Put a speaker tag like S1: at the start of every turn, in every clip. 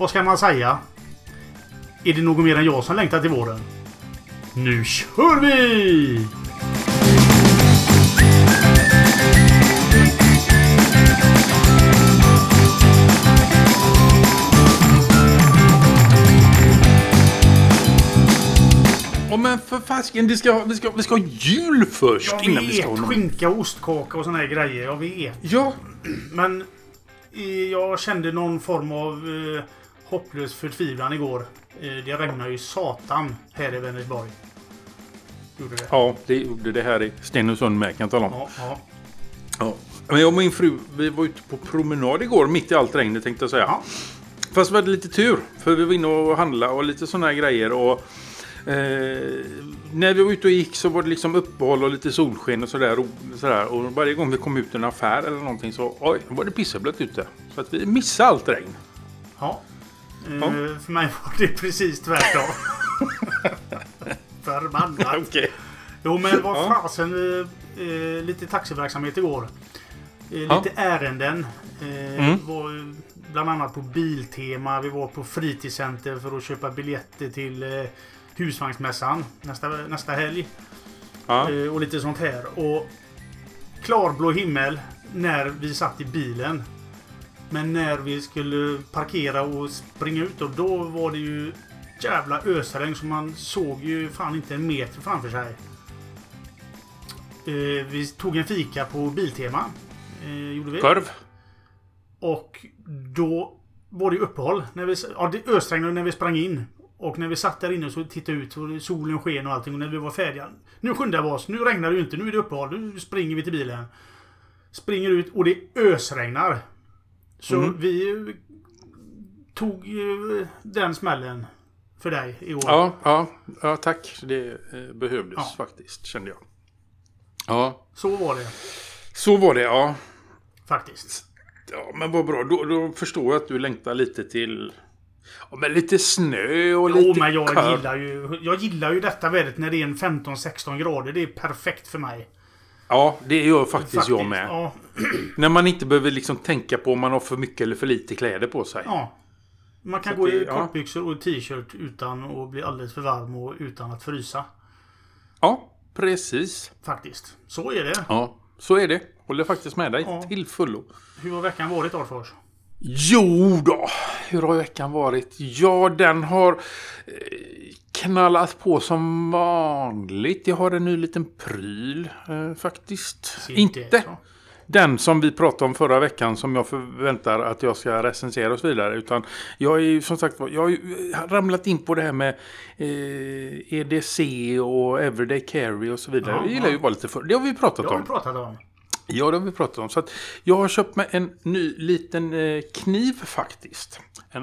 S1: vad ska man säga? Är det något mer än jag som längtar till våren? Nu kör vi!
S2: Men för fasken, vi ska ha jul först.
S1: Jag
S2: innan
S1: vet,
S2: vi ska ha någon...
S1: skinka, ostkaka och såna här grejer. Jag vet.
S2: Ja.
S1: Men jag kände någon form av hopplös förtvivlan igår. Det regnade ju satan här i Vänersborg. Gjorde det?
S2: Ja, det gjorde det här i Stenungsund med, kan jag tala om.
S1: Ja.
S2: Men jag och min fru, vi var ute på promenad igår, mitt i allt regnet tänkte jag säga.
S1: Ja.
S2: Fast vi hade lite tur, för vi var inne och handlade och lite såna här grejer. Och när vi var ute och gick så var det liksom uppehåll och lite solsken och sådär. Och varje gång vi kom ut i en affär eller någonting så var det pisseblött ute. Så att vi missade allt regn.
S1: Ja. För mig var det precis tvärtom. Förbannat.
S2: Okay.
S1: Jo, men vad fasen, lite taxiverksamhet igår. Lite ärenden. Var bland annat på Biltema. Vi var på fritidscenter för att köpa biljetter till husvagnsmässan nästa helg. Och lite sånt här. Och klarblå himmel när vi satt i bilen. Men när vi skulle parkera och springa ut då var det ju jävla ösregn så man såg ju fan inte en meter framför sig. Vi tog en fika på Biltema. Gjorde vi.
S2: Korv.
S1: Och då var det uppehåll. Det ösregnade när vi sprang in. Och när vi satt där inne så tittade ut och solen sken och allting. Och när vi var färdiga. Nu skyndar vi oss. Nu regnar det ju inte. Nu är det uppehåll. Nu springer vi till bilen. Springer ut och det ösregnar. Så vi tog den smällen för dig i år.
S2: Ja, tack. Det behövdes faktiskt, kände jag. Ja.
S1: Så var det.
S2: Så var det, ja.
S1: Faktiskt.
S2: Ja, men vad bra. Då förstår jag att du längtar lite till... Ja, men lite snö och lite...
S1: men jag gillar ju detta vädret när det är en 15-16 grader. Det är perfekt för mig.
S2: Ja, det gör faktiskt jag med.
S1: Ja.
S2: När man inte behöver liksom tänka på om man har för mycket eller för lite kläder på sig.
S1: Ja. Man kan gå i kortbyxor och t-shirt utan att bli alldeles för varm och utan att frysa.
S2: Ja, precis.
S1: Faktiskt. Så är det.
S2: Ja, så är det. Håller faktiskt med dig till fullo.
S1: Hur har veckan varit, Arfors?
S2: Jo då, hur har veckan varit? Ja, den har knallat på som vanligt. Jag har en ny liten pryl faktiskt. Inte den som vi pratade om förra veckan som jag förväntar att jag ska recensera och så vidare. Utan jag är ju som sagt, jag har ju ramlat in på det här med EDC och Everyday Carry och så vidare. Jag gillar ju att vara lite för. Det har vi pratat om. Ja, det har vi pratat om. Så att jag har köpt mig en ny liten kniv faktiskt.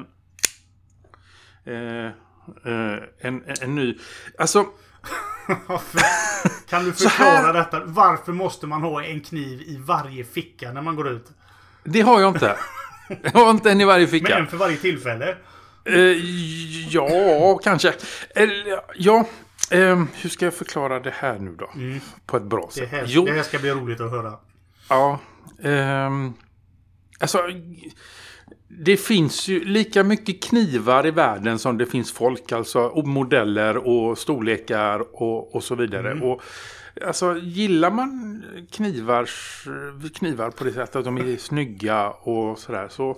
S2: En ny... Alltså...
S1: Kan du förklara detta? Varför måste man ha en kniv i varje ficka när man går ut?
S2: Det har jag inte. Jag har inte en i varje ficka.
S1: Men en för varje tillfälle?
S2: Ja, kanske. Ja... hur ska jag förklara det här nu då? På ett bra sätt.
S1: Det här ska bli roligt att höra.
S2: Ja. Alltså... Det finns ju lika mycket knivar i världen som det finns folk. Alltså och modeller och storlekar och så vidare. Och alltså gillar man knivar på det sättet att de är snygga och sådär. Så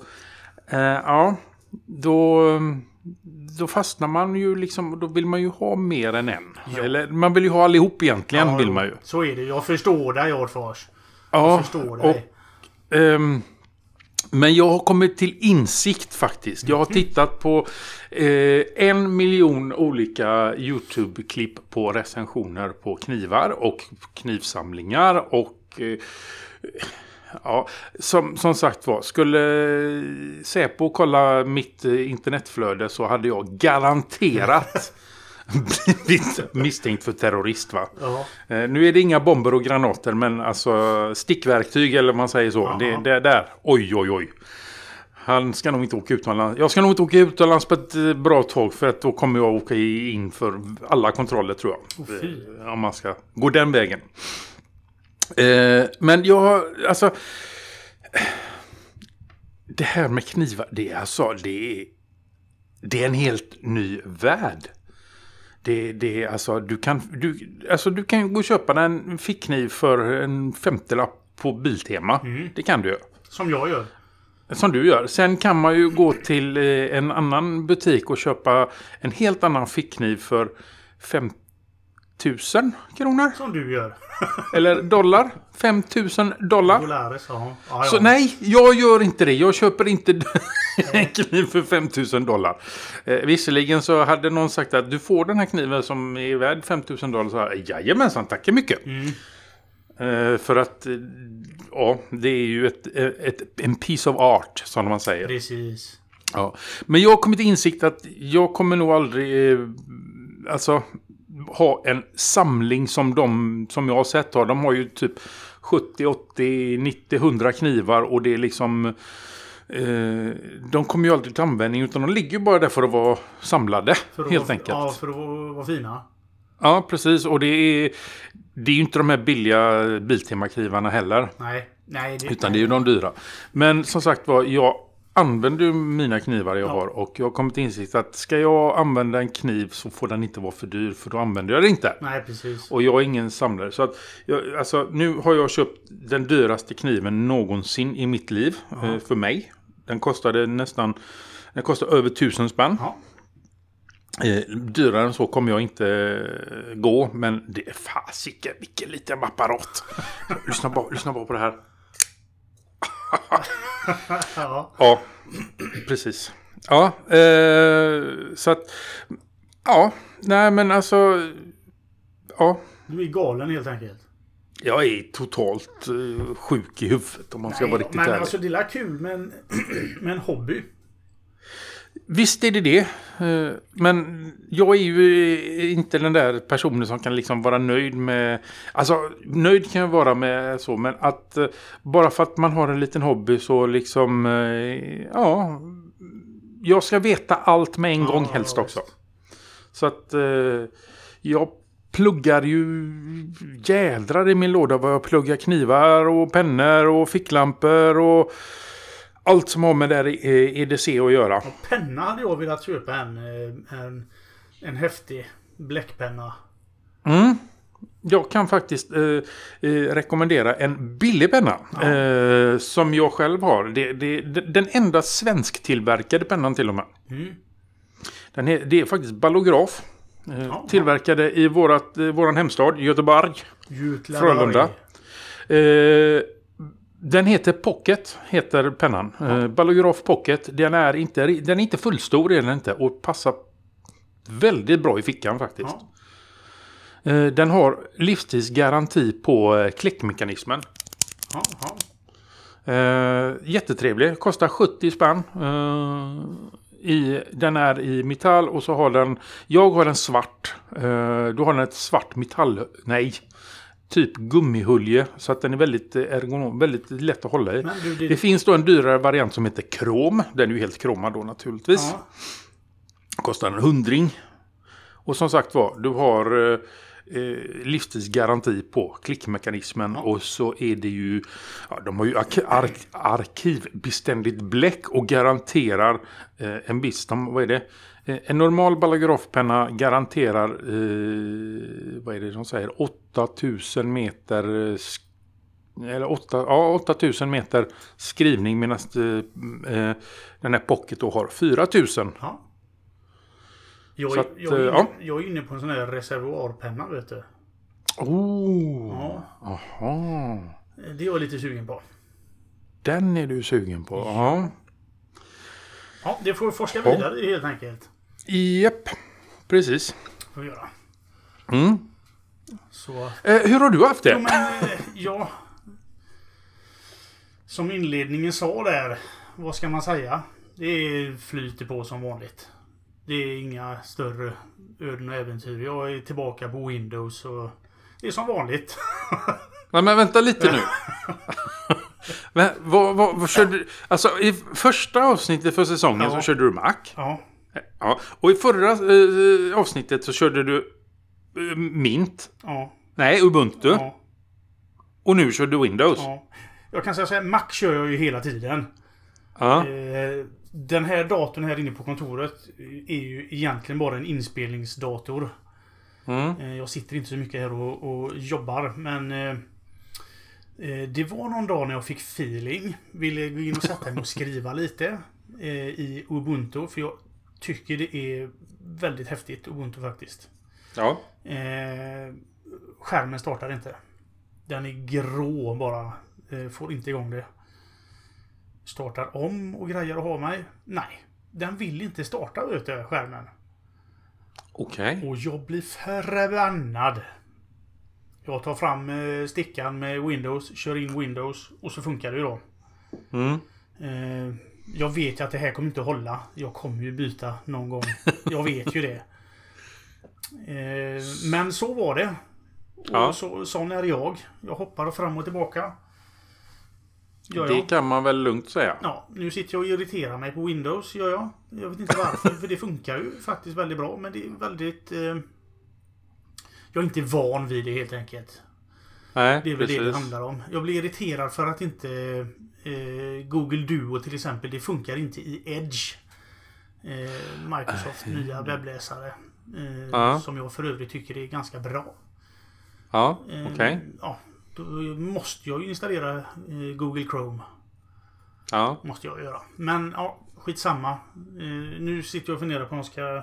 S2: då fastnar man ju liksom, då vill man ju ha mer än en. Ja. Eller man vill ju ha allihop egentligen, vill man ju.
S1: Så är det, jag förstår dig, Arfors.
S2: Jag förstår dig. Men jag har kommit till insikt faktiskt. Jag har tittat på 1 miljon olika YouTube-klipp på recensioner på knivar och knivsamlingar och... Ja, som sagt var, skulle Säpo kolla mitt internetflöde så hade jag garanterat blivit misstänkt för terrorist, va? Ja. Nu är det inga bomber och granater, men alltså stickverktyg eller man säger så. Det där, oj. Han ska nog inte åka utomlands. Jag ska nog inte åka utomlands på ett bra tag, för att då kommer jag åka in för alla kontroller, tror jag. Om man ska gå den vägen. Men jag, alltså, det här med knivar, det är det är en helt ny värld. Det är alltså, du kan gå och köpa en fickkniv för en 50-lapp på Biltema. Det kan du göra.
S1: Som jag gör.
S2: Som du gör. Sen kan man ju gå till en annan butik och köpa en helt annan fickkniv för 5 000 kronor.
S1: Som du gör.
S2: Eller dollar. 5 000 dollar.
S1: Dollares, ja.
S2: Så nej, jag gör inte det. Jag köper inte en kniv för 5 000 dollar. Visserligen så hade någon sagt att du får den här kniven som är värd 5 000 dollar. Så jajamensan, tack så mycket. För att ja, det är ju en piece of art, som man säger.
S1: Precis.
S2: Ja. Men jag har kommit till insikt att jag kommer nog aldrig ha en samling som de som jag har sett har. De har ju typ 70, 80, 90, 100 knivar och det är liksom de kommer ju aldrig till användning utan de ligger ju bara där för att vara samlade, helt enkelt.
S1: Ja, för att vara fina.
S2: Ja, precis. Och det är ju inte de här billiga Biltema-knivarna heller.
S1: Nej.
S2: Utan det är ju de dyra. Men som sagt var, jag använder ju mina knivar jag har. Och jag har kommit till insikt att ska jag använda en kniv så får den inte vara för dyr. För då använder jag det inte.
S1: Nej, precis.
S2: Och jag är ingen samlare. Så att nu har jag köpt den dyraste kniven någonsin i mitt liv. För mig. Den kostade över 1000 spänn. Ja. Dyrare än så kommer jag inte gå. Men det är fasiken, vilken liten apparat. Lyssna bara på det här. Ja, precis. Ja, så att ja, nej men alltså ja.
S1: Du är galen helt enkelt.
S2: Jag är totalt sjuk i huvudet om man ska vara riktigt ärlig.
S1: Men alltså det är kul med en hobby.
S2: Visst är det. Men jag är ju inte den där personen som kan liksom vara nöjd med... Alltså, nöjd kan jag vara med så, men att bara för att man har en liten hobby så liksom... Ja, jag ska veta allt med en gång helst också. Så att jag pluggar ju jädrar i min låda vad jag pluggar knivar och pennor och ficklampor och... Allt som har med där EDC att göra.
S1: Och penna hade jag velat köpa en häftig bläckpenna.
S2: Jag kan faktiskt rekommendera en billig penna. Som jag själv har. Den enda svensktillverkade pennan till och med. Det är faktiskt Ballograf. Tillverkade i våran hemstad Göteborg. Frölunda. Den heter Pocket, heter pennan. Ballograf Pocket. Den är inte fullstor, är den inte. Och passar väldigt bra i fickan faktiskt. Den har livstidsgaranti på klickmekanismen. Jättetrevlig. Kostar 70 spänn. Den är i metall och så har den... Jag har en svart. Du har den ett svart metall... Nej... Typ gummihulje så att den är väldigt väldigt lätt att hålla i. Det finns då en dyrare variant som heter krom. Den är ju helt kromad då naturligtvis. Kostar en 100. Och som sagt var, du har livstidsgaranti på klickmekanismen och så är det ju de har ju arkivbeständigt bläck och garanterar en viss, vad är det? En normal ballografpenna garanterar vad är det de säger 8000 meter eller 8000 meter skrivning medan den här Pocket då har 4000.
S1: Ja. Jag är inne på en sån här reservoarpenna, vet du.
S2: Aha.
S1: Det är jag lite sugen på.
S2: Den är du sugen på, ja.
S1: Ja, det får vi forska vidare helt enkelt.
S2: Japp, precis.
S1: Får vi göra. Så.
S2: Hur har du haft det?
S1: Som inledningen sa där, vad ska man säga? Det flyter på som vanligt. Det är inga större öden och äventyr. Jag är tillbaka på Windows och det är som vanligt.
S2: Nej, men vänta lite nu. Men vad körde du? Alltså i första avsnittet för säsongen så körde du Mac. Ja. Och i förra avsnittet så körde du Mint. Ja. Nej, Ubuntu. Ja. Och nu kör du Windows.
S1: Ja. Jag kan säga så här, Mac kör jag ju hela tiden. Den här datorn här inne på kontoret är ju egentligen bara en inspelningsdator. Jag sitter inte så mycket här och jobbar, men det var någon dag när jag fick feeling. Ville gå in och sätta mig och skriva lite i Ubuntu, för jag tycker det är väldigt häftigt Ubuntu faktiskt.
S2: Ja.
S1: Skärmen startar inte. Den är grå bara. Får inte igång det. Startar om och grejer och har mig. Nej, den vill inte starta skärmen.
S2: Okej.
S1: Och jag blir förbannad. Jag tar fram stickan med Windows, kör in Windows och så funkar det ju då. Jag vet ju att det här kommer inte att hålla. Jag kommer ju byta någon gång. Jag vet ju det. Men så var det. Och sån är jag. Jag hoppar fram och tillbaka.
S2: Det kan man väl lugnt säga.
S1: Ja, nu sitter jag och irriterar mig på Windows, gör jag. Jag vet inte varför, för det funkar ju faktiskt väldigt bra. Men det är väldigt... jag är inte van vid det helt enkelt.
S2: Nej,
S1: det är väl det handlar om. Jag blir irriterad för att inte Google Duo till exempel, det funkar inte i Edge. Microsoft nya webbläsare. Som jag för övrigt tycker är ganska bra.
S2: Ja, okej.
S1: Ja, då måste jag ju installera Google Chrome.
S2: Ja.
S1: Måste jag göra. Men ja, skitsamma. Nu sitter jag och funderar på om jag ska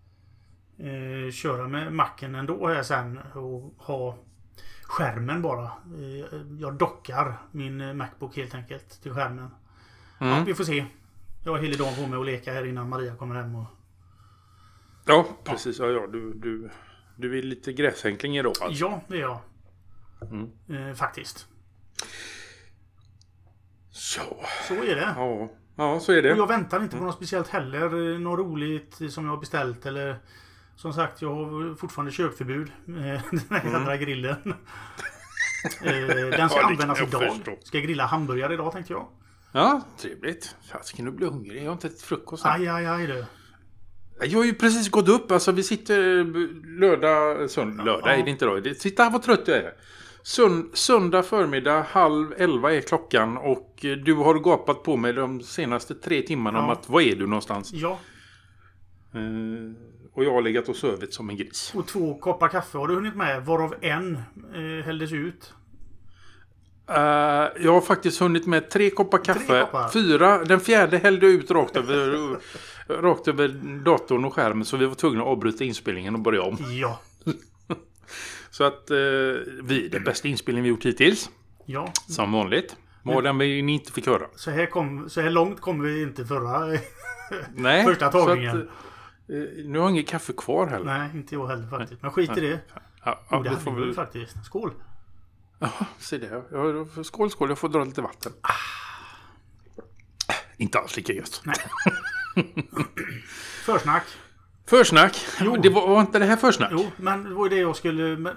S1: köra med Macen ändå här sen och ha skärmen bara. Jag dockar min Macbook helt enkelt till skärmen. Ja, vi får se. Jag har hela dagen på mig att leka här innan Maria kommer hem.
S2: Ja, precis. Ja, du är lite gräsänkling idag alltså.
S1: Ja, det är jag. Faktiskt.
S2: Så
S1: är det.
S2: Ja, så är det.
S1: Och jag väntar inte på något speciellt heller. Något roligt som jag har beställt. Eller som sagt, jag har fortfarande köpförbud. Den här andra grillen. Den ska användas idag. Ska jag grilla hamburgare idag, tänkte jag.
S2: Ja, trevligt. Jag ska nu bli hungrig. Jag har inte ätit frukost.
S1: Aj du.
S2: Jag har ju precis gått upp. Alltså vi sitter lördag är det inte då. Titta här vad trött jag är. Söndag förmiddag 10:30 är klockan. Och du har gapat på mig de senaste 3 timmarna om att var är du någonstans?
S1: Ja.
S2: Och jag har legat och sövit som en gris.
S1: Och 2 koppar kaffe har du hunnit med. Varav en hälldes ut.
S2: Jag har faktiskt hunnit med 3 koppar kaffe. 4. Den 4:e hällde ut rakt över datorn och skärmen. Så vi var tvungna att avbryta inspelningen och börja om.
S1: Ja.
S2: Så att den bästa inspelningen vi gjort hittills.
S1: Ja.
S2: Som vanligt. Var den vi inte fick höra.
S1: Så här långt kom vi inte förra
S2: Nej,
S1: första tagningen.
S2: Nu har jag inget kaffe kvar heller.
S1: Nej, inte jag heller faktiskt. Men skit i det.
S2: Ja,
S1: det får vi faktiskt. Skål.
S2: Ja, se det. Skål. Jag får dra lite vatten. Inte alls lika gött.
S1: Nej. Försnack.
S2: Jo. Det var inte det här försnack.
S1: Jo, men det var det jag skulle...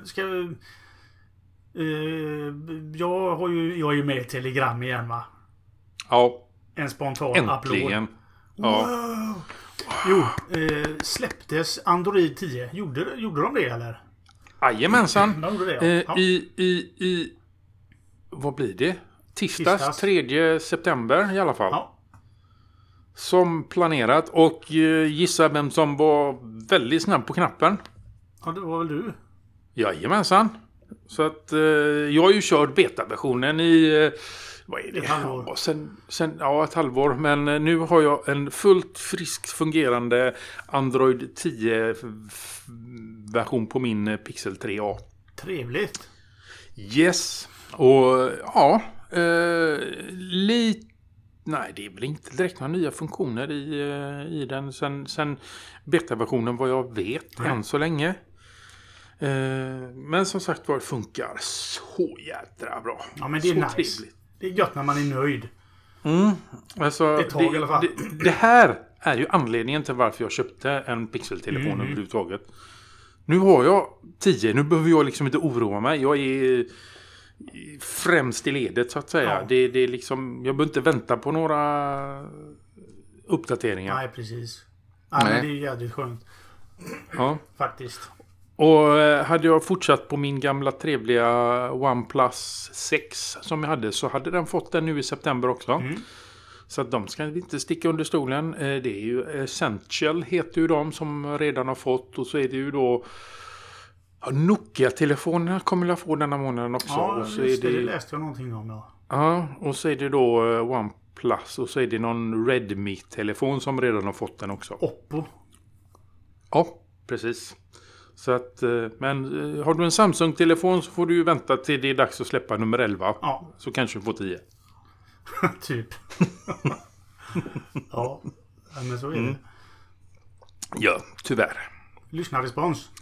S1: jag är ju med i Telegram igen, va?
S2: Ja.
S1: En spontan
S2: Äntligen.
S1: applåd. Ja. Wow. Jo, släpptes Android 10. Gjorde de det, eller?
S2: Jajamensan.
S1: De gjorde det, ja.
S2: I vad blir det? Tisdags 3 september i alla fall.
S1: Ja.
S2: Som planerat. Och gissa vem som var väldigt snabb på knappen.
S1: Ja, det var väl du.
S2: Jajamensan. Så att jag har ju kört betaversionen i... Vad är det?
S1: Ett halvår.
S2: Ett halvår. Men nu har jag en fullt friskt fungerande Android 10-version på min Pixel 3a. Trevligt. Yes. Och ja, nej, det är väl inte direkt några nya funktioner i den sen betaversionen vad jag vet än så länge. Men som sagt var, det funkar så jädra bra. Ja, men det är så nice. Trevligt. Det är gött när man är nöjd. Alltså, ett tag i alla fall. Det här är ju anledningen till varför jag köpte en Pixel-telefon överhuvudtaget. Nu har jag 10. Nu behöver jag liksom inte oroa mig. Jag är främst i ledet så att säga. Ja. Det är liksom, jag behöver inte vänta på några uppdateringar. Nej, precis. Ja, men det är jävligt skönt. Ja. Faktiskt. Och hade jag fortsatt på min gamla trevliga OnePlus 6 som jag hade, så hade den fått den nu i september också. Så att de ska vi inte sticka under stolen. Det är ju Essential heter ju de som redan har fått. Och så är det ju då Nokia-telefonerna kommer jag få denna månaden också.
S1: Ja,
S2: och så
S1: just
S2: är
S1: det läste jag någonting om. Ja.
S2: Ja, och så är det då OnePlus och så är det någon Redmi-telefon som redan har fått den också.
S1: Oppo.
S2: Ja, precis. Så att, men har du en Samsung-telefon så får du ju vänta till det är dags att släppa nummer 11.
S1: Ja.
S2: Så kanske du får 10.
S1: Typ. Ja, men så är det.
S2: Ja, tyvärr.
S1: Lyssnarrespons.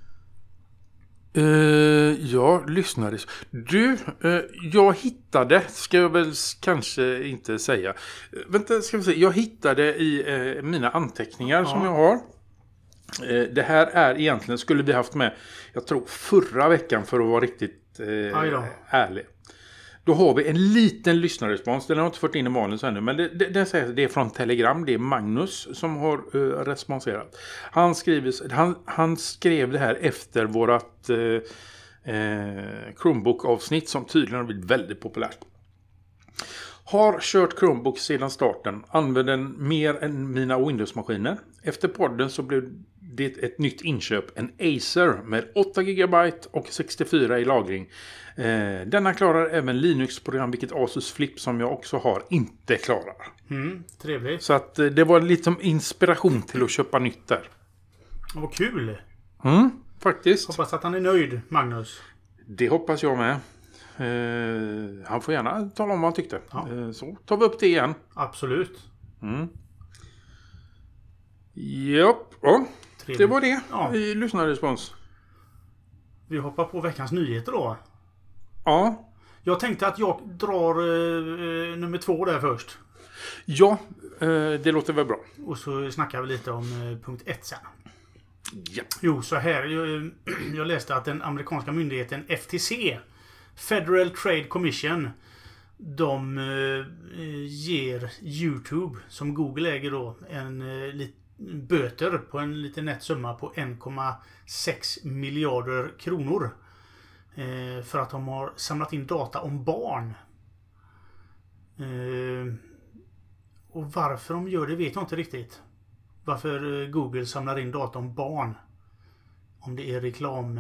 S2: Ja, lyssnare. Du, jag hittade, ska jag väl kanske inte säga. Vänta, ska vi se. Jag hittade i mina anteckningar som jag har. Det här är egentligen, skulle vi haft med, jag tror förra veckan för att vara riktigt ärlig. Då har vi en liten lyssnarrespons. Den har inte fått in i manus ännu. Men det säger det är från Telegram. Det är Magnus som har responserat. Han skrev det här efter vårat Chromebook-avsnitt som tydligen har blivit väldigt populärt. Har kört Chromebook sedan starten. Använder den mer än mina Windows-maskiner. Efter podden så blev det ett nytt inköp. En Acer med 8 GB och 64 i lagring. Denna klarar även Linux-program, vilket Asus Flip som jag också har inte klarar.
S1: Trevligt.
S2: Så att det var lite som inspiration till att köpa nytt där.
S1: Vad kul.
S2: Faktiskt.
S1: Hoppas att han är nöjd, Magnus.
S2: Det hoppas jag med. Han får gärna tala om vad han tyckte.
S1: Ja.
S2: Så tar vi upp det igen.
S1: Absolut.
S2: Japp. Ja. Det var det i lyssnarrespons.
S1: Vi hoppar på veckans nyheter då.
S2: Ja.
S1: Jag tänkte att jag drar nummer 2 där först.
S2: Ja, det låter väl bra.
S1: Och så snackar vi lite om punkt 1 sen.
S2: Ja.
S1: Jo, så här. Jag läste att den amerikanska myndigheten FTC, Federal Trade Commission, de ger YouTube, som Google äger då, böter på en liten nätt summa på 1,6 miljarder kronor. För att de har samlat in data om barn. Och varför de gör det vet jag inte riktigt. Varför Google samlar in data om barn. Om det är reklam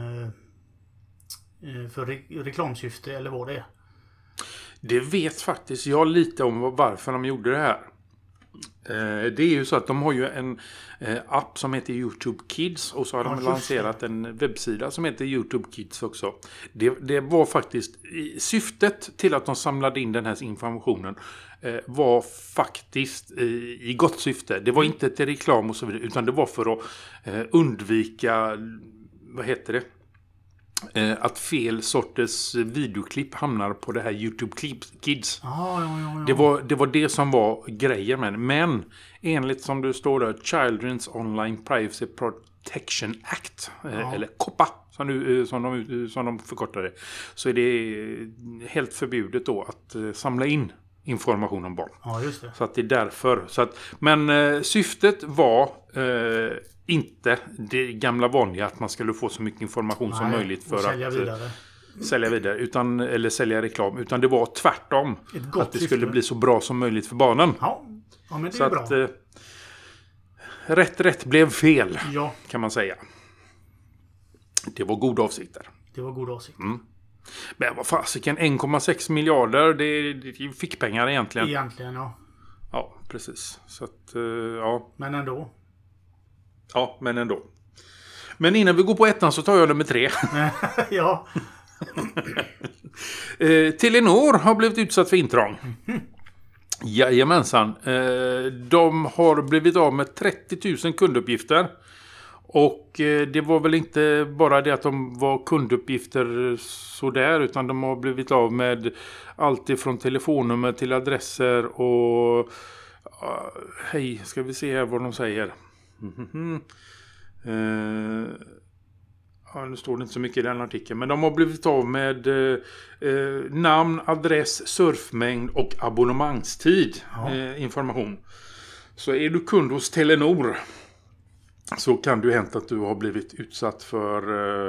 S1: för reklamsyfte eller vad det är.
S2: Det vet faktiskt jag lite om varför de gjorde det här. Det är ju så att de har ju en app som heter YouTube Kids och så har de lanserat en webbsida som heter YouTube Kids också. Det var faktiskt syftet till att de samlade in den här informationen var faktiskt i gott syfte. Det var inte till reklam och så vidare utan det var för att undvika, vad heter det? Att fel sorters videoklipp hamnar på det här YouTube Kids. Det var det som var grejen med det. Men enligt som det står där Children's Online Privacy Protection Act eller COPPA som de förkortar det, så är det helt förbjudet då att samla in information om barn.
S1: Ja, just det.
S2: Så att det är därför. Men syftet var inte det gamla vanliga att man skulle få så mycket information som möjligt för att sälja vidare eller sälja reklam, utan det var tvärtom att det skulle bli så bra som möjligt för barnen.
S1: Ja men det är
S2: så
S1: bra.
S2: Att rätt blev fel kan man säga. Det var goda avsikter. Men vad fasiken, 1,6 miljarder, det fick pengar egentligen. Ja, precis. Så att,
S1: Men ändå.
S2: Ja, men ändå. Men innan vi går på 1 så tar jag nummer 3.
S1: Ja.
S2: Telenor har blivit utsatt för intrång. Jajamensan. De har blivit av med 30 000 kunduppgifter. Och det var väl inte bara det att de var kunduppgifter sådär, utan de har blivit av med allt ifrån telefonnummer till adresser och hej, ska vi se här vad de säger. Nu står det inte så mycket i den artikeln, men de har blivit av med namn, adress, surfmängd och abonnemangstid information. Så är du kund hos Telenor så kan det ju hänt att du har blivit utsatt för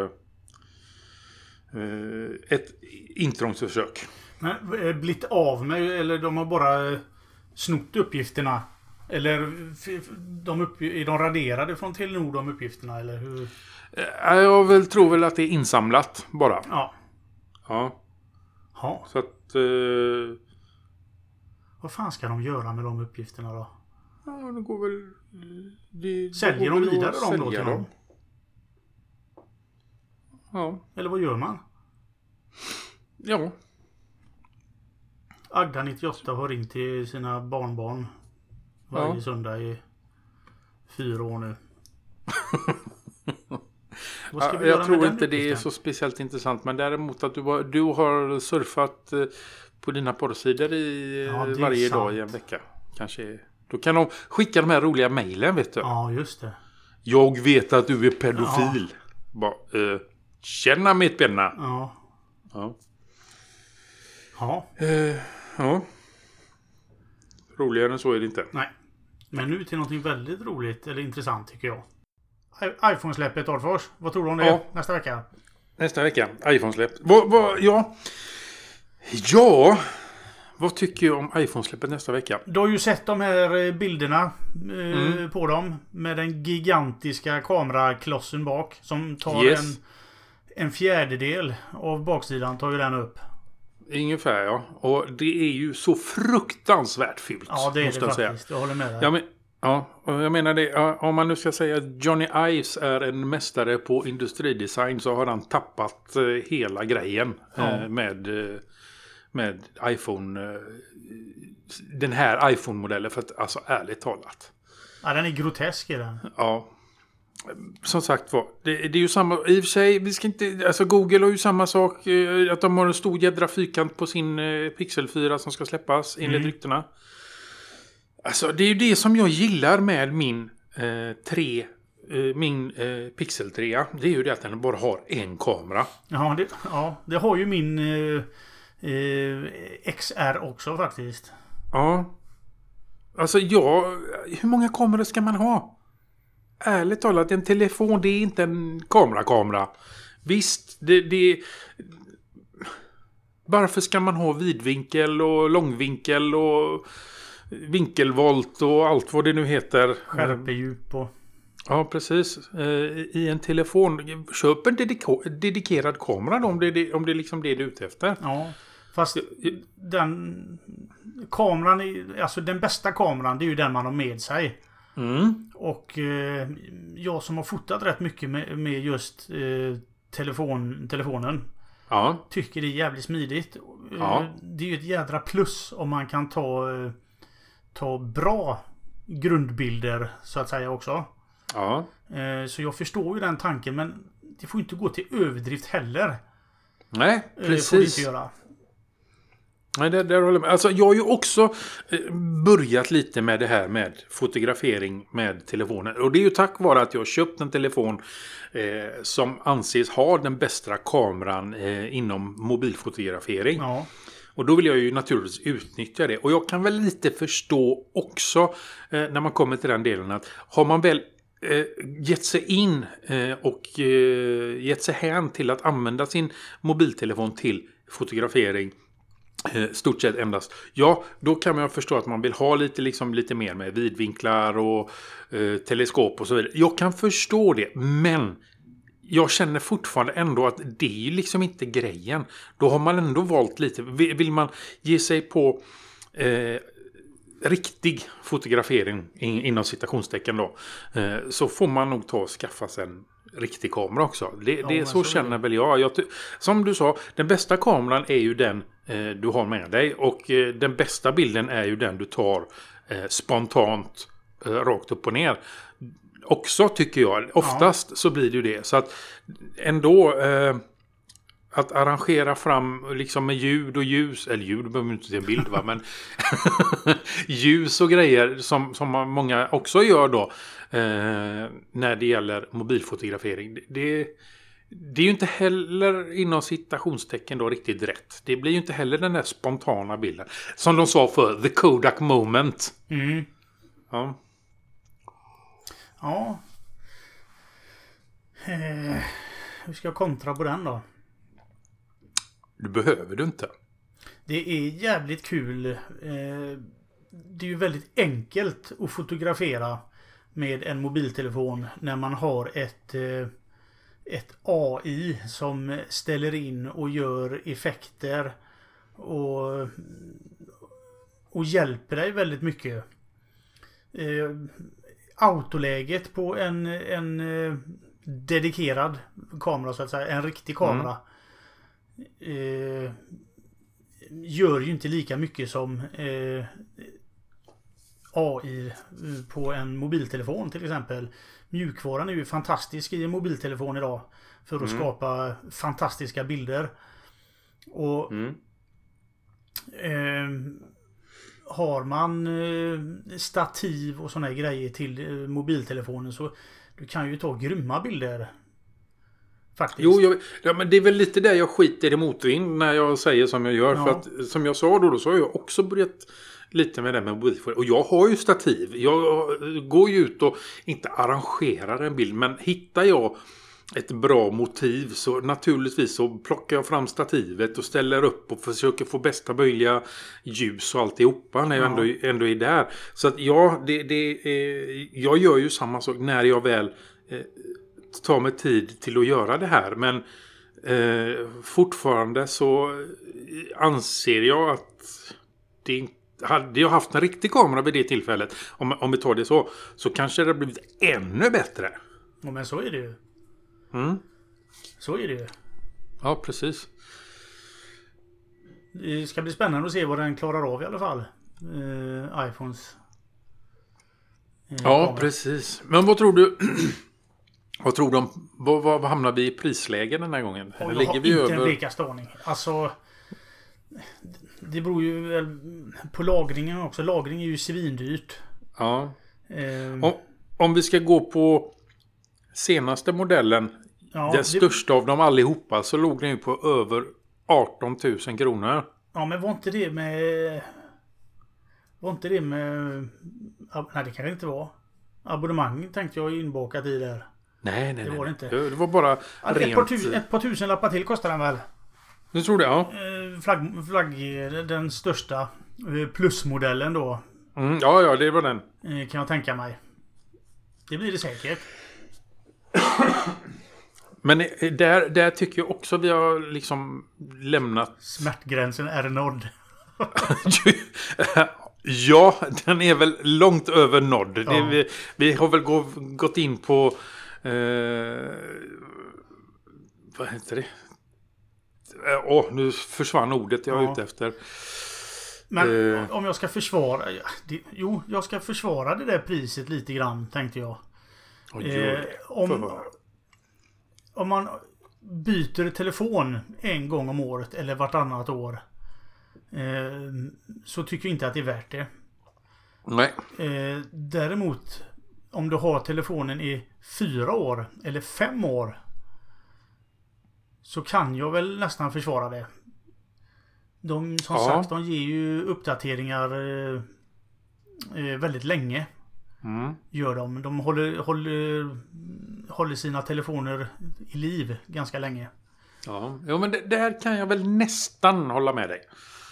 S2: ett intrångsförsök.
S1: Men blivit av med, eller de har bara snott uppgifterna? Eller är de raderade från Telenor, de uppgifterna? Eller hur?
S2: Jag tror väl att det är insamlat bara.
S1: Ja.
S2: Ja. Så att...
S1: Vad fan ska de göra med de uppgifterna då?
S2: Ja, det går väl...
S1: Säljer de vidare dem då till dem?
S2: Ja.
S1: Eller vad gör man?
S2: Ja.
S1: Agda 98 har ringt till sina barnbarn varje söndag i 4 år nu. Vad ska vi
S2: jag tror inte
S1: uppgiften?
S2: det är så speciellt intressant. Men däremot att du har surfat på dina porrsidor varje dag i en vecka. Kanske. Då kan de skicka de här roliga mejlen, vet du.
S1: Ja, just det.
S2: Jag vet att du är pedofil. Bara, känna mitt penna.
S1: Ja.
S2: Ja. Roligare än så är det inte.
S1: Nej. Men nu till någonting väldigt roligt eller intressant tycker jag. iPhone-släppet, Adfors. Vad tror du om det nästa vecka?
S2: Nästa vecka. iPhone-släpp. Vad tycker jag om iPhone-släppet nästa vecka?
S1: Du har ju sett de här bilderna på dem. Med den gigantiska kameraklossen bak. Som tar en fjärdedel av baksidan tar ju den upp.
S2: Ungefär, ja. Och det är ju så fruktansvärt fult.
S1: Ja, det är det faktiskt. Jag håller med dig.
S2: Jag menar det. Om man nu ska säga att Johnny Ives är en mästare på industridesign så har han tappat hela grejen med iPhone. Den här iPhone-modellen, för att alltså ärligt talat.
S1: Ja, den är grotesk i den.
S2: Ja. Som sagt var, det är ju samma, i och för sig, vi ska inte, alltså Google har ju samma sak, att de har en stor jädra fyrkant på sin Pixel 4 som ska släppas enligt ryktena. Alltså det är ju det som jag gillar med min Pixel 3. Det är ju det att den bara har en kamera.
S1: Det har ju min XR också faktiskt.
S2: Ja. Alltså hur många kameror ska man ha? Ärligt talat, en telefon, det är inte en kamera. Visst, varför ska man ha vidvinkel och långvinkel och vinkelvolt och allt vad det nu heter?
S1: Skärpedjup och...
S2: Ja, precis. I en telefon, köp en dedikerad kamera då, om det är liksom det du är ute efter.
S1: Ja, fast den kameran, alltså den bästa kameran, det är ju den man har med sig. Och jag som har fotat rätt mycket med just telefonen tycker det är jävligt smidigt. Det är ju ett jädra plus om man kan ta bra grundbilder så att säga också. Så jag förstår ju den tanken, men det får inte gå till överdrift heller.
S2: Nej, precis.
S1: Får det inte göra.
S2: Nej, det håller jag med. Alltså, jag har ju också börjat lite med det här med fotografering med telefonen. Och det är ju tack vare att jag har köpt en telefon som anses ha den bästa kameran inom mobilfotografering.
S1: Ja.
S2: Och då vill jag ju naturligtvis utnyttja det. Och jag kan väl lite förstå också när man kommer till den delen att har man väl gett sig in och gett sig hän till att använda sin mobiltelefon till fotografering stort sett endast. Ja, då kan man förstå att man vill ha lite mer med vidvinklar och teleskop och så vidare. Jag kan förstå det, men jag känner fortfarande ändå att det är liksom inte grejen. Då har man ändå valt lite. Vill man ge sig på riktig fotografering inom citationstecken då, så får man nog ta och skaffa sig en riktig kamera också. Det så känner väl jag. Som du sa, den bästa kameran är ju den du har med dig. Och den bästa bilden är ju den du tar spontant rakt upp och ner. Också tycker jag. Oftast så blir det ju det. Så att ändå att arrangera fram liksom med ljud och ljus. Eller ljud behöver inte se en bild va. Men ljus och grejer som många också gör då. När det gäller mobilfotografering. Det är ju inte heller inom citationstecken då riktigt rätt. Det blir ju inte heller den där spontana bilden. Som de sa för the Kodak moment.
S1: Ja. Hur ska jag kontra på den då?
S2: Du behöver du inte.
S1: Det är jävligt kul det är ju väldigt enkelt att fotografera med en mobiltelefon när man har ett AI som ställer in och gör effekter och hjälper dig väldigt mycket. Autoläget på en dedikerad kamera, så att säga, en riktig kamera, gör ju inte lika mycket som AI på en mobiltelefon till exempel. Mjukvaran är ju fantastisk i en mobiltelefon idag för att skapa fantastiska bilder. Och har man stativ och såna grejer till mobiltelefonen, så du kan ju ta grymma bilder. Faktiskt.
S2: Jo, men det är väl lite där jag skiter i motvind när jag säger som jag gör. För att, som jag sa då så har jag också börjat lite med det med mobiltelefon. Och jag har ju stativ. Jag går ju ut och inte arrangerar en bild. Men hittar jag ett bra motiv, så naturligtvis så plockar jag fram stativet och ställer upp och försöker få bästa möjliga ljus och alltihopa när jag ändå är där. Så att jag gör ju samma sak när jag väl tar mig tid till att göra det här. Men fortfarande så anser jag att hade jag haft en riktig kamera vid det tillfället, om vi tar det så kanske det hade blivit ännu bättre.
S1: Ja, men så är det ju. Så är det ju.
S2: Ja, precis.
S1: Det ska bli spännande att se vad den klarar av i alla fall. iPhones.
S2: Ja,
S1: kamera.
S2: precis. Men vad tror du? Vad tror du om, vad hamnar vi i prislägen den här gången?
S1: Jag
S2: ligger
S1: har
S2: vi
S1: inte
S2: över
S1: en blekaste aning. Alltså, det beror ju väl på lagringen också. Lagring är ju svindyrt.
S2: Ja. Om vi ska gå på senaste modellen, den största av dem allihopa, så låg den ju på över 18 000 kronor. Ja,
S1: men var inte det med... Nej, det kan det inte vara. Abonnemang tänkte jag inbakat i där.
S2: Nej.
S1: Det var det inte.
S2: Det var bara
S1: ett par tusenlappar till kostar den väl?
S2: Du tror det, ja.
S1: Flagg den största plusmodellen då.
S2: Ja, det var den.
S1: Kan jag tänka mig. Det blir det säkert.
S2: Men där tycker jag också vi har liksom lämnat...
S1: Smärtgränsen är nådd.
S2: Ja, den är väl långt över nådd.
S1: Ja.
S2: Vi har väl gått in på... vad heter det? Nu försvann ordet jag var ute efter.
S1: Men om jag ska försvara... jag ska försvara det där priset lite grann, tänkte jag. Om man byter telefon en gång om året eller vartannat år, så tycker jag inte att det är värt det.
S2: Nej.
S1: Däremot, om du har telefonen i 4 år eller 5 år, så kan jag väl nästan försvara det. De ger ju uppdateringar väldigt länge. Gör de. De håller sina telefoner i liv ganska länge.
S2: Ja, men det här kan jag väl nästan hålla med dig.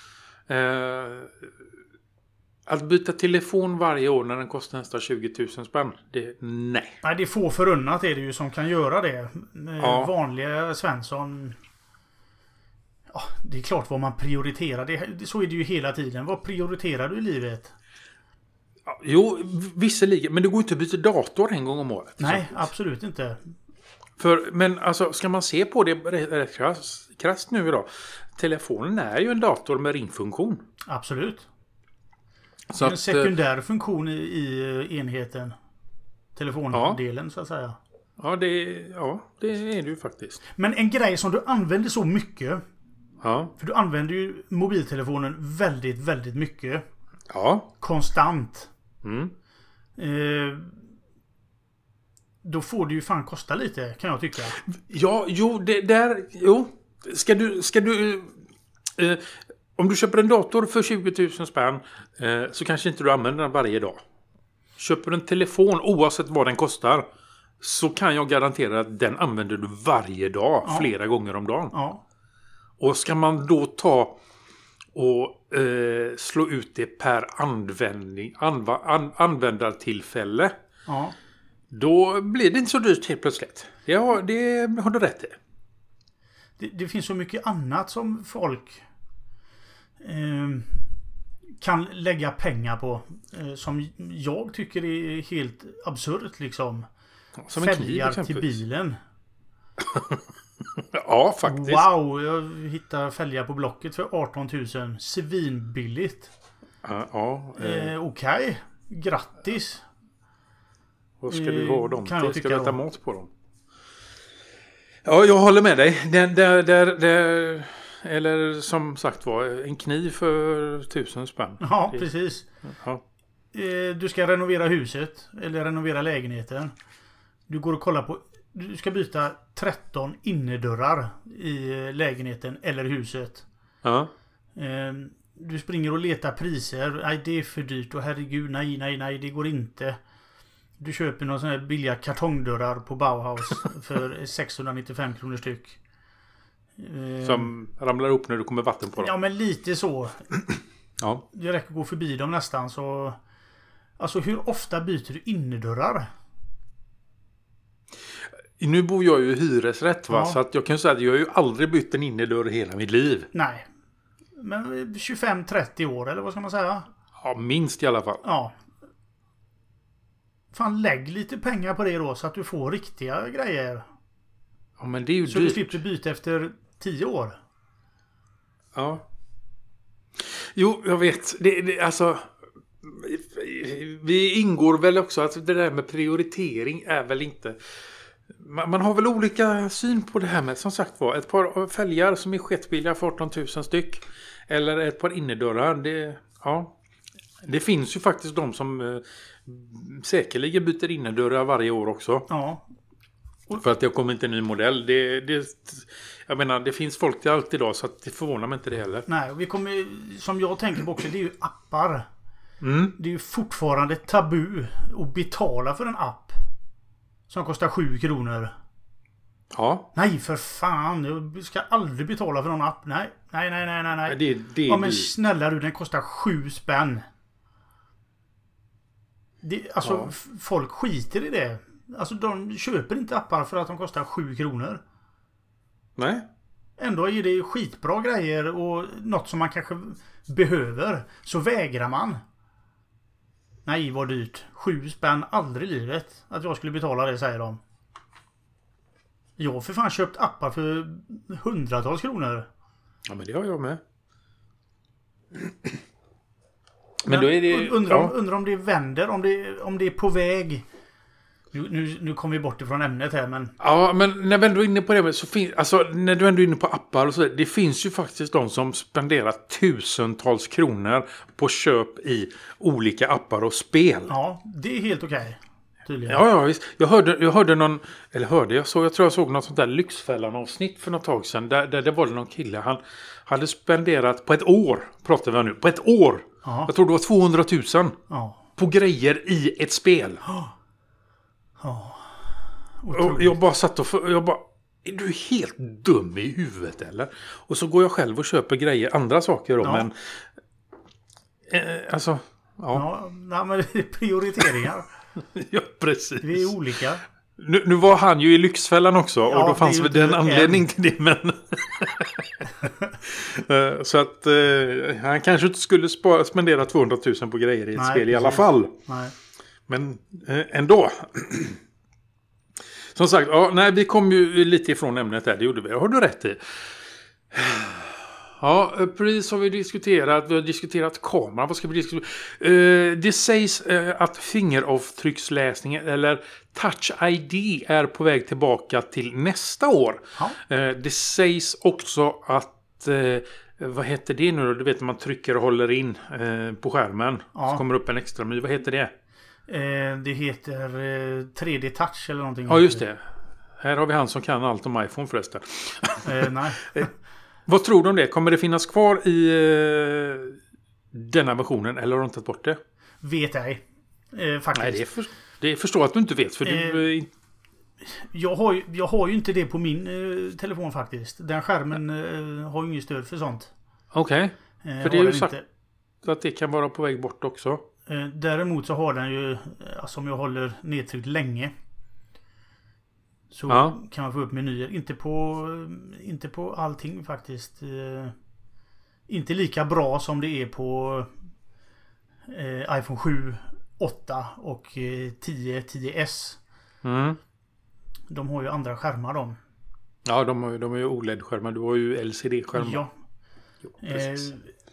S2: Att byta telefon varje år när den kostar nästan 20 000 spänn, nej.
S1: Nej, det är få förunnat är det ju som kan göra det. Vanliga Svensson... Ja, det är klart vad man prioriterar. Så är det ju hela tiden. Vad prioriterar du i livet?
S2: Jo, visserligen. Men det går inte att byta dator en gång om året.
S1: Nej, absolut inte.
S2: Men alltså, ska man se på det rätt krasst nu idag. Telefonen är ju en dator med ringfunktion.
S1: Absolut.
S2: Så
S1: en sekundär funktion i enheten. Telefondelen, så att säga.
S2: Ja, det är det ju faktiskt.
S1: Men en grej som du använder så mycket.
S2: Ja.
S1: För du använder ju mobiltelefonen väldigt, väldigt mycket.
S2: Ja. Konstant.
S1: Då får det ju fan kosta lite, kan jag tycka.
S2: Ja, Ska du om du köper en dator för 20 000 spänn, så kanske inte du använder den varje dag. Köper du en telefon, oavsett vad den kostar, så kan jag garantera att den använder du varje dag, flera gånger om dagen.
S1: Ja.
S2: Och ska man då ta och slå ut det per användartillfälle.
S1: Ja.
S2: Då blir det inte så dyrt helt plötsligt. Det har du rätt i.
S1: Det finns så mycket annat som folk kan lägga pengar på. Som jag tycker är helt absurt liksom.
S2: Som en kniv
S1: Fälgar till
S2: exempelvis.
S1: bilen.
S2: Ja, faktiskt.
S1: Wow, jag hittar fälgar på Blocket för 18 000. Svinbilligt. Okej. Grattis.
S2: Vad ska du ha dem
S1: kan jag
S2: till? Ska
S1: tycka
S2: du äta
S1: då.
S2: mat på dem? Ja, jag håller med dig. Eller som sagt var, en kniv för 1000 spänn.
S1: Ja, precis.
S2: Ja.
S1: Du ska renovera huset. Eller renovera lägenheten. Du går och kollar på... Du ska byta 13 innerdörrar i lägenheten eller huset.
S2: Ja.
S1: Du springer och letar priser. Nej, det är för dyrt. Och herregud, nej, det går inte. Du köper någon sån här billiga kartongdörrar på Bauhaus för 695 kronor styck.
S2: Som ramlar upp när du kommer vatten på dem.
S1: Ja, men lite så.
S2: Ja.
S1: Det räcker att gå förbi dem nästan så... Alltså, hur ofta byter du innerdörrar?
S2: Nu bor jag ju i hyresrätt va?
S1: Ja.
S2: Så att jag kan säga att jag har ju aldrig bytt en innerdörr i hela mitt liv.
S1: Nej. Men 25-30 år, eller vad ska man säga?
S2: Ja, minst i alla fall.
S1: Ja. Fan, lägg lite pengar på det då så att du får riktiga grejer.
S2: Ja, men det är ju
S1: Så
S2: dyrt.
S1: du slipper byta efter 10 år.
S2: Ja. Jo, jag vet. Alltså... Vi ingår väl också att det där med prioritering är väl inte... Man har väl olika syn på det här med, som sagt var, ett par fälgar som är sketbilliga för 18 000 styck. Eller ett par innerdörrar. Det finns ju faktiskt de som säkerligen byter innerdörrar varje år också.
S1: Ja.
S2: För att det kommer inte en ny modell. Jag menar, det finns folk till allt idag så att det förvånar mig inte det heller.
S1: Nej, vi kommer, som jag tänker på också, det är ju appar.
S2: Mm.
S1: Det är ju fortfarande tabu att betala för en app som kostar 7 kronor.
S2: Ja.
S1: Nej, för fan. Jag ska aldrig betala för någon app. Nej. Ja, men snälla du, den kostar 7 spänn. Alltså, folk skiter i det. Alltså, de köper inte appar för att de kostar 7 kronor.
S2: Nej.
S1: Ändå är det skitbra grejer och något som man kanske behöver. Så vägrar man. Nej, vad dyrt. 7 spänn, aldrig i livet att jag skulle betala det, säger de. Jag har för fan köpt appar för hundratals kronor.
S2: Ja, men det har jag med. Men då är det...
S1: Undrar om det vänder, om det är på väg. Nu kommer vi bort ifrån ämnet här, men...
S2: Ja, men när vi ändå är inne på det så finns... Alltså, när du ändå är inne på appar och så, det finns ju faktiskt de som spenderar tusentals kronor på köp i olika appar och spel.
S1: Ja, det är helt okej. Tydligen.
S2: Ja, visst. Jag hörde någon... Eller hörde jag? Jag tror jag såg något sånt där Lyxfällan-avsnitt för något tag sedan. Där det var någon kille. Han hade spenderat på ett år, pratar vi nu. På ett år!
S1: Ja.
S2: Jag tror det var 200 000.
S1: Ja.
S2: På grejer i ett spel. Och jag bara satt och... Är du helt dum i huvudet eller? Och så går jag själv och köper grejer, andra saker då, men... alltså...
S1: Ja, men det är prioriteringar.
S2: Ja, precis.
S1: Vi är olika.
S2: Nu var han ju i Lyxfällan också. Ja, och då fanns väl en anledning till det. Men så att han kanske inte skulle spendera 200 000 på grejer i ett spel i alla fall.
S1: Nej.
S2: Men ändå. Som sagt, vi kom ju lite ifrån ämnet där. Det gjorde vi. Har du rätt i. Ja, precis har vi diskuterat. Vi har diskuterat kamera. Vad ska vi diskutera? Det sägs att fingeravtrycksläsningen eller Touch ID är på väg tillbaka till nästa år. Det sägs också att vad heter det nu då? Du vet när man trycker och håller in på skärmen. Så kommer upp en extra meny. Vad heter det?
S1: Det heter 3D Touch eller någonting.
S2: Ja, just det. Här har vi han som kan allt om iPhone förresten.
S1: Nej.
S2: Vad tror du om det? Kommer det finnas kvar i denna versionen eller har de tagit bort det?
S1: Vet ej. Faktiskt.
S2: Nej, det förstår att du inte vet. För
S1: jag har ju inte det på min telefon faktiskt. Den skärmen har ju inget stöd för sånt.
S2: Okej. För det är ju sagt... att det kan vara på väg bort också.
S1: Däremot så har den ju, alltså om jag håller nedtryckt länge, så kan man få upp menyer. Inte på allting faktiskt. Inte lika bra som det är på iPhone 7, 8 och 10S. De har ju andra skärmar de.
S2: Ja, de är ju OLED-skärmar. Du har ju LCD-skärmar.
S1: Ja.
S2: Jo, precis.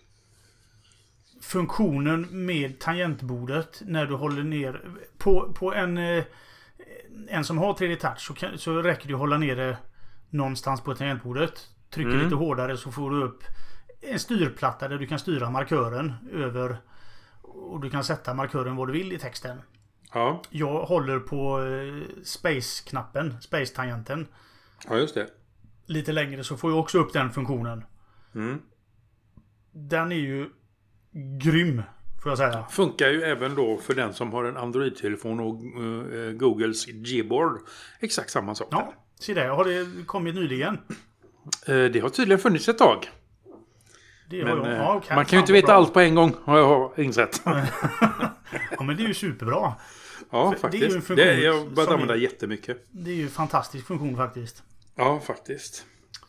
S1: Funktionen med tangentbordet när du håller ner på en som har 3D touch så räcker det att hålla ner det någonstans på tangentbordet. Trycker lite hårdare så får du upp en styrplatta där du kan styra markören över, och du kan sätta markören vad du vill i texten.
S2: Ja.
S1: Jag håller på Space-knappen, Space-tangenten.
S2: Ja, just det.
S1: Lite längre så får jag också upp den funktionen. Den är ju grym, får jag säga.
S2: Funkar ju även då för den som har en Android-telefon och Googles Gboard. Exakt samma sak.
S1: Ja, se där. Har det kommit nyligen?
S2: Det har tydligen funnits ett tag. Men man kan ju inte veta allt på en gång, har jag insett.
S1: Ja, men det är ju superbra.
S2: Ja, faktiskt. Det är jag har börjat använda jättemycket.
S1: Det är ju en fantastisk funktion faktiskt.
S2: Ja, faktiskt.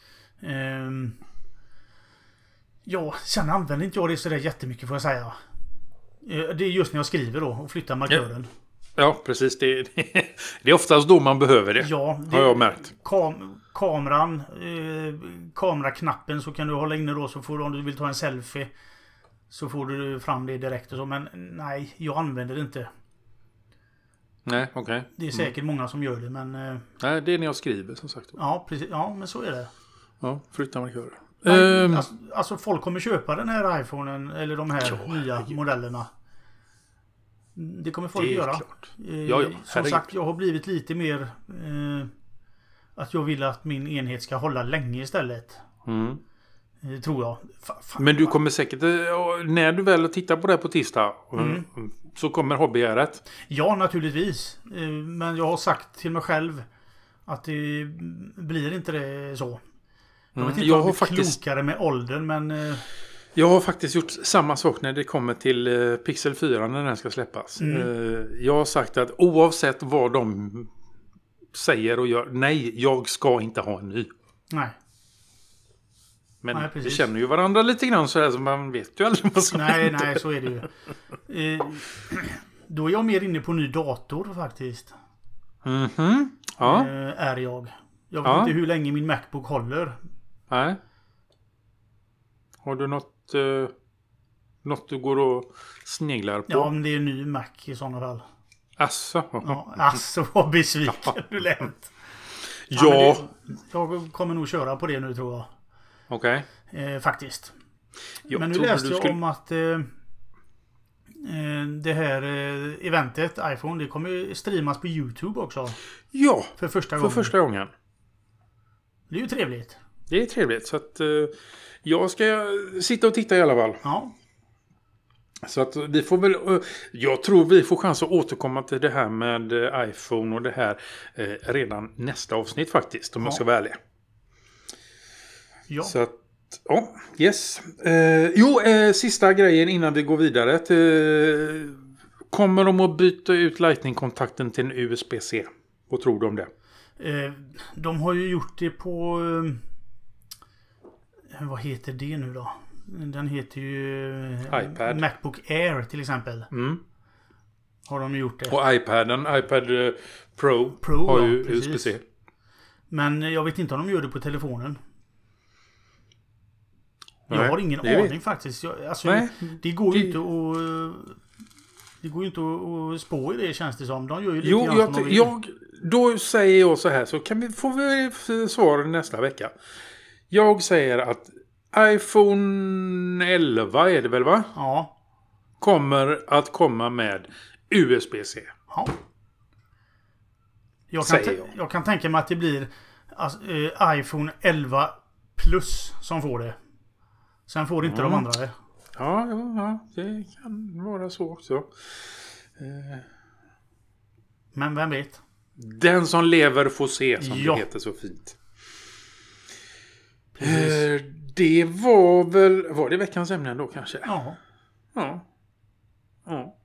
S1: Ja, sen använder inte jag det så där jättemycket, får jag säga. Det är just när jag skriver då och flyttar markören.
S2: Ja, precis. Det är oftast då man behöver det.
S1: Ja,
S2: har jag märkt.
S1: Kameraknappen så kan du hålla inne då, så får du, om du vill ta en selfie, så får du fram det direkt och så. Men nej, jag använder det inte.
S2: Nej, okej.
S1: Det är säkert många som gör det, men...
S2: Nej, det är när jag skriver, som sagt.
S1: Ja, precis. Ja, men så är det.
S2: Ja, flytta markörer.
S1: Alltså folk kommer köpa den här iPhonen eller de här nya modellerna. Det kommer folk göra.
S2: Ja,
S1: som sagt, jag har blivit lite mer att jag vill att min enhet ska hålla länge istället. Tror jag.
S2: Men du kommer säkert, när du väl tittar på det på tisdag, så kommer hobbygäret.
S1: Ja, naturligtvis. Men jag har sagt till mig själv att det blir inte det så. Jag vet inte om det är klokare med åldern, men...
S2: Jag har faktiskt gjort samma sak när det kommer till Pixel 4 när den ska släppas. Jag har sagt att oavsett vad de säger och gör, nej, jag ska inte ha en ny.
S1: Nej.
S2: Men vi känner ju varandra lite grann så här, så man vet ju aldrig vad som händer.
S1: Nej, så är det ju. Då är jag mer inne på ny dator faktiskt.
S2: Ja.
S1: Är jag. Jag vet inte hur länge min MacBook håller.
S2: Nej. Har du något du går och sneglar på?
S1: Ja, men det är en ny Mac i sådana fall.
S2: Asså?
S1: Ja, alltså vad besviken du lät.
S2: Ja.
S1: Jag kommer nog köra på det nu, tror jag.
S2: Okej.
S1: Faktiskt. Men nu läste jag om att det här eventet, iPhone, det kommer streamas på YouTube också.
S2: Ja,
S1: för första gången. Det är ju trevligt.
S2: Det är trevligt, så att jag ska sitta och titta i alla fall.
S1: Ja.
S2: Så att vi får väl, jag tror vi får chans att återkomma till det här med iPhone och det här redan nästa avsnitt faktiskt, om jag ska vara ärlig.
S1: Ja.
S2: Så att, yes. Sista grejen innan vi går vidare. Kommer de att byta ut Lightning-kontakten till en USB-C? Vad tror du om det?
S1: De har ju gjort det på... vad heter det nu då? Den heter ju...
S2: iPad.
S1: Macbook Air till exempel. Har de gjort det.
S2: Och iPad Pro har ju USB-C.
S1: Men jag vet inte om de gör det på telefonen. Jag har ingen aning faktiskt. Det går ju inte att... Det går ju inte att spå i det, känns det som. De gör ju lite grann som de vill.
S2: Då säger jag så här, så får vi svara nästa vecka. Jag säger att iPhone 11 är det väl, va?
S1: Ja.
S2: Kommer att komma med USB-C.
S1: Ja. Jag kan tänka mig att det blir iPhone 11 Plus som får det. Sen får inte de andra det.
S2: Ja, det kan vara så också.
S1: Men vem vet?
S2: Den som lever får se, som det heter så fint. Det var väl... Var det veckans ämne då kanske?
S1: Ja.
S2: Ja. Ja.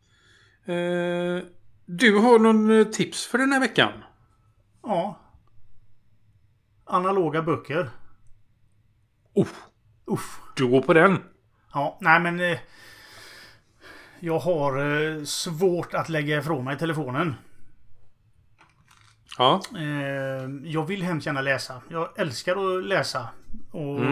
S2: Du har någon tips för den här veckan?
S1: Ja. Analoga böcker.
S2: Du går på den.
S1: Ja, nej men... jag har svårt att lägga ifrån mig telefonen.
S2: Ja.
S1: Jag vill hemskt gärna läsa. Jag älskar att läsa. Och...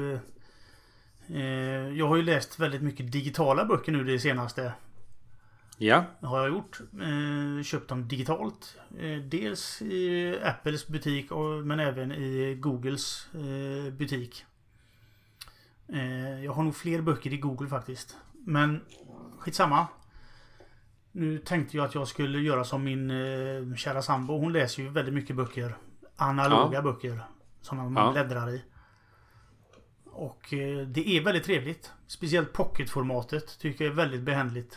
S1: jag har ju läst väldigt mycket digitala böcker nu det senaste.
S2: Ja.
S1: Har jag gjort. Köpt dem digitalt. Dels i Apples butik men även i Googles butik. Jag har nog fler böcker i Google faktiskt. Men skitsamma. Nu tänkte jag att jag skulle göra som min kära sambo. Hon läser ju väldigt mycket böcker. Analoga böcker. Som man bläddrar i. Och det är väldigt trevligt. Speciellt pocketformatet tycker jag är väldigt behändigt.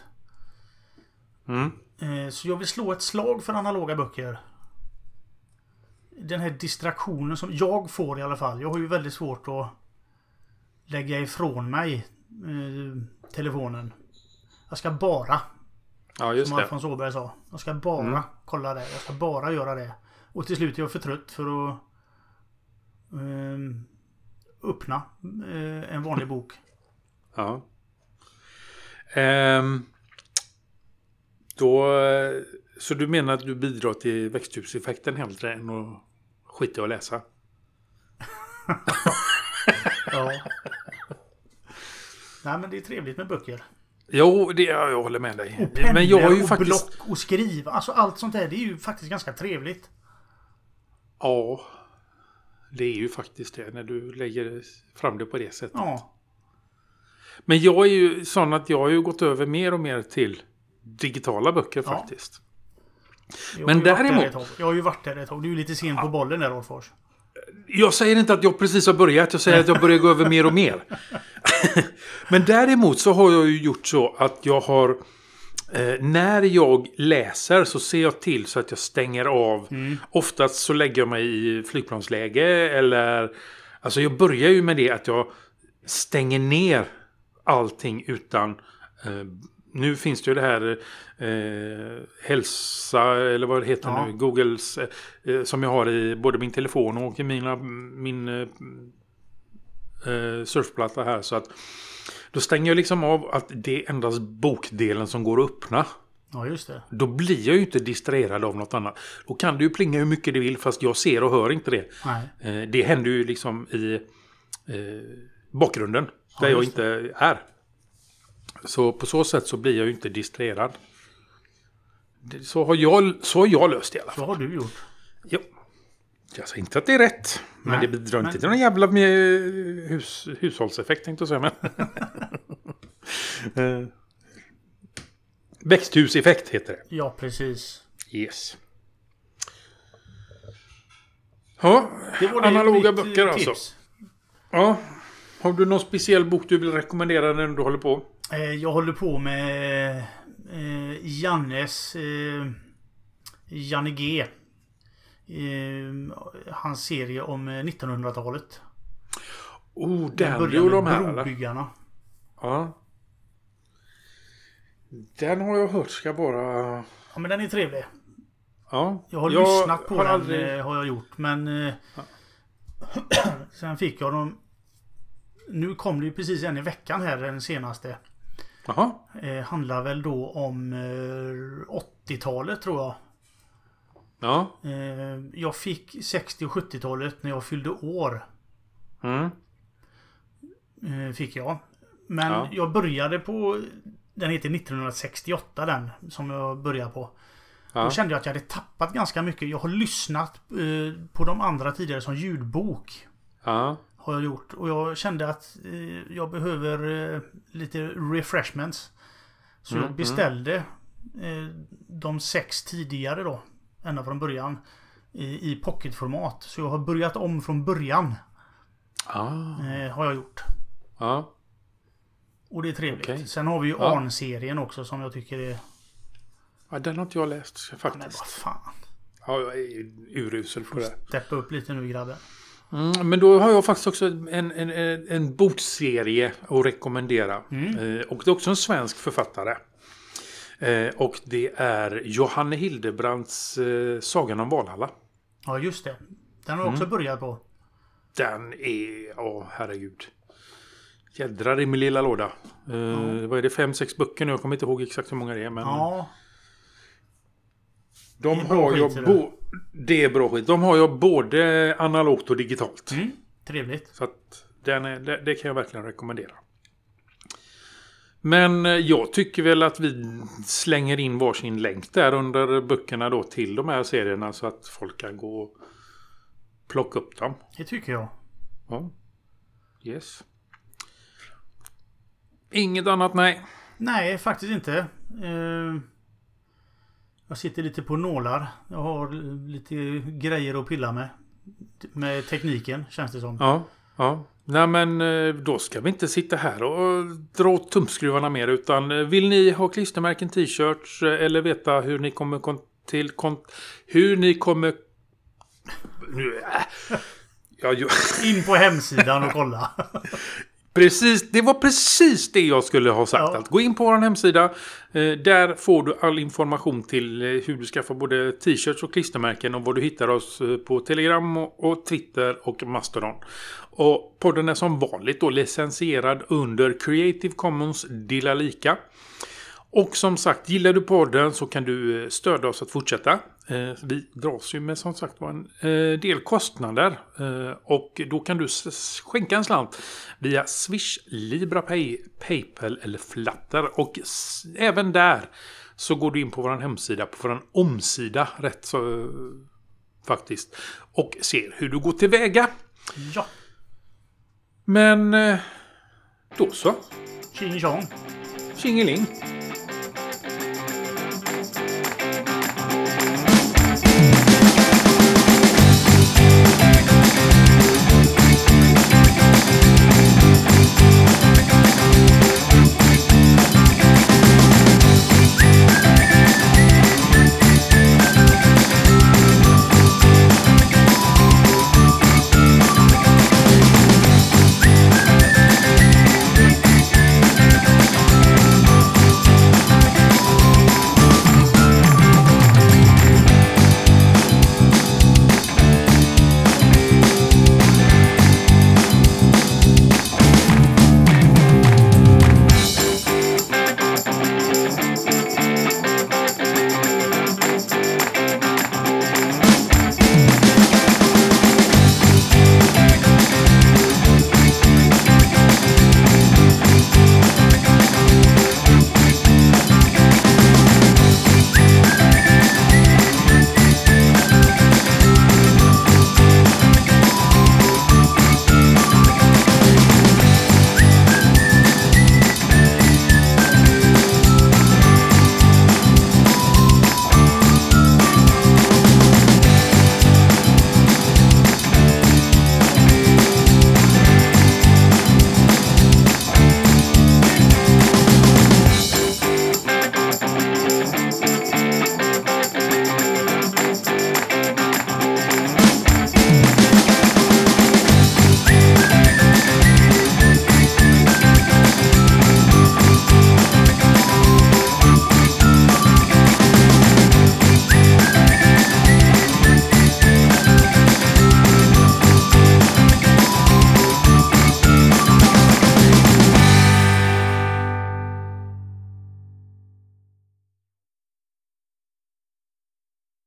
S1: Så jag vill slå ett slag för analoga böcker. Den här distraktionen som jag får i alla fall. Jag har ju väldigt svårt att lägga ifrån mig telefonen. Jag ska bara,
S2: just
S1: som
S2: det.
S1: Alfons Åberg sa, jag ska bara kolla det. Jag ska bara göra det. Och till slut är jag för trött för att öppna en vanlig bok.
S2: Ja. Så du menar att du bidrar till växthuseffekten hellre än att skita och läsa?
S1: Ja. Nej, men det är trevligt med böcker.
S2: Jo, jag håller med dig.
S1: Och pennor,
S2: men jag har ju
S1: och
S2: faktiskt...
S1: block och skriva. Alltså allt sånt där, det är ju faktiskt ganska trevligt.
S2: Ja, det är ju faktiskt det när du lägger fram det på det sättet.
S1: Ja.
S2: Men jag är ju sån att jag har ju gått över mer och mer till digitala böcker faktiskt. Men däremot...
S1: Jag har ju varit där ett tag. Du är ju lite sen på bollen där, Rolfors.
S2: Jag säger inte att jag precis har börjat. Jag säger att jag börjar gå över mer och mer. Men däremot så har jag ju gjort så att jag har... när jag läser så ser jag till så att jag stänger av. Oftast så lägger jag mig i flygplansläge. Eller... Alltså jag börjar ju med det att jag stänger ner allting utan... nu finns det ju det här hälsa eller vad det heter nu, Googles som jag har i både min telefon och i min surfplatta här, så att då stänger jag liksom av att det är endast bokdelen som går att öppna.
S1: Ja, just det.
S2: Då blir jag ju inte distraherad av något annat. Då kan det ju plinga hur mycket det vill fast jag ser och hör inte det.
S1: Nej.
S2: Det händer ju liksom i bakgrunden där jag inte är. Så på så sätt så blir jag ju inte distraherad. Så har jag löst det i alla fall.
S1: Så har du gjort.
S2: Ja. Jag säger inte att det är rätt. Men det bidrar inte till någon jävla hushållseffekt, tänkte jag säga. Växthuseffekt heter det.
S1: Ja, precis.
S2: Yes. Ja, analoga böcker alltså. Ja. Har du någon speciell bok du vill rekommendera när du håller på?
S1: Jag håller på med Janne G. Hans serie om 1900-talet.
S2: Den gjorde de här,
S1: Brobyggarna.
S2: Ja. Den har jag hört ska vara...
S1: Ja, men den är trevlig.
S2: Ja.
S1: Jag har lyssnat på den, har jag gjort. Men sen fick jag dem... Nu kom det ju precis en i veckan här, den senaste.
S2: Jaha.
S1: Handlar väl då om 80-talet tror jag.
S2: Ja.
S1: Jag fick 60- och 70-talet när jag fyllde år. Fick jag. Men jag började på... Den heter 1968 den som jag började på. Då kände jag att jag hade tappat ganska mycket. Jag har lyssnat på de andra tidigare som ljudbok.
S2: Ja.
S1: Har jag gjort. Och jag kände att jag behöver lite refreshments. Så jag beställde de 6 tidigare då. Ända från början. I pocketformat. Så jag har börjat om från början. Har jag gjort.
S2: Ja.
S1: Och det är trevligt.
S2: Okay.
S1: Sen har vi ju Arn-serien också som jag tycker är...
S2: Ja, den har inte jag läst faktiskt.
S1: Men vad fan.
S2: Ja, jag är urusel på det.
S1: Steppa upp lite nu, grabben.
S2: Men då har jag faktiskt också en bokserie att rekommendera. Och det är också en svensk författare. Och det är Johanne Hildebrands Sagan om Valhalla.
S1: Ja, just det. Den har jag också börjat på.
S2: Den är... herregud. Jädrar i min lilla låda. Vad är det? 5-6 böcker nu? Jag kommer inte ihåg exakt hur många det är. Men...
S1: Ja.
S2: De har jag det är bra skit. De har jag både analogt och digitalt.
S1: Trevligt.
S2: Så att det kan jag verkligen rekommendera. Men jag tycker väl att vi slänger in varsin länk där under böckerna då till de här serierna så att folk kan gå och plocka upp dem.
S1: Det tycker jag.
S2: Ja. Yes. Inget annat, nej.
S1: Nej, faktiskt inte. Jag sitter lite på nålar. Jag har lite grejer att pilla med tekniken, känns det som.
S2: Ja. Nej, men då ska vi inte sitta här och dra åt tumskruvarna mer, utan vill ni ha klistermärken, t-shirts eller veta hur ni kommer in
S1: på hemsidan och kolla.
S2: Precis, det var precis det jag skulle ha sagt.
S1: Ja.
S2: Att gå in på vår hemsida. Där får du all information till hur du skaffar både t-shirts och klistermärken och vad du hittar oss på Telegram och Twitter och Mastodon. Och podden är som vanligt då licensierad under Creative Commons Dilla Lika. Och som sagt, gillar du podden så kan du stödja oss att fortsätta. Vi dras ju med som sagt en del kostnader. Och då kan du skänka en slant via Swish, LibraPay, PayPal eller Flutter. Och även där så går du in på vår hemsida, på vår omsida rätt så faktiskt. Och ser hur du går tillväga.
S1: Ja.
S2: Men då så.
S1: Tjing tjong.
S2: Tjingeling.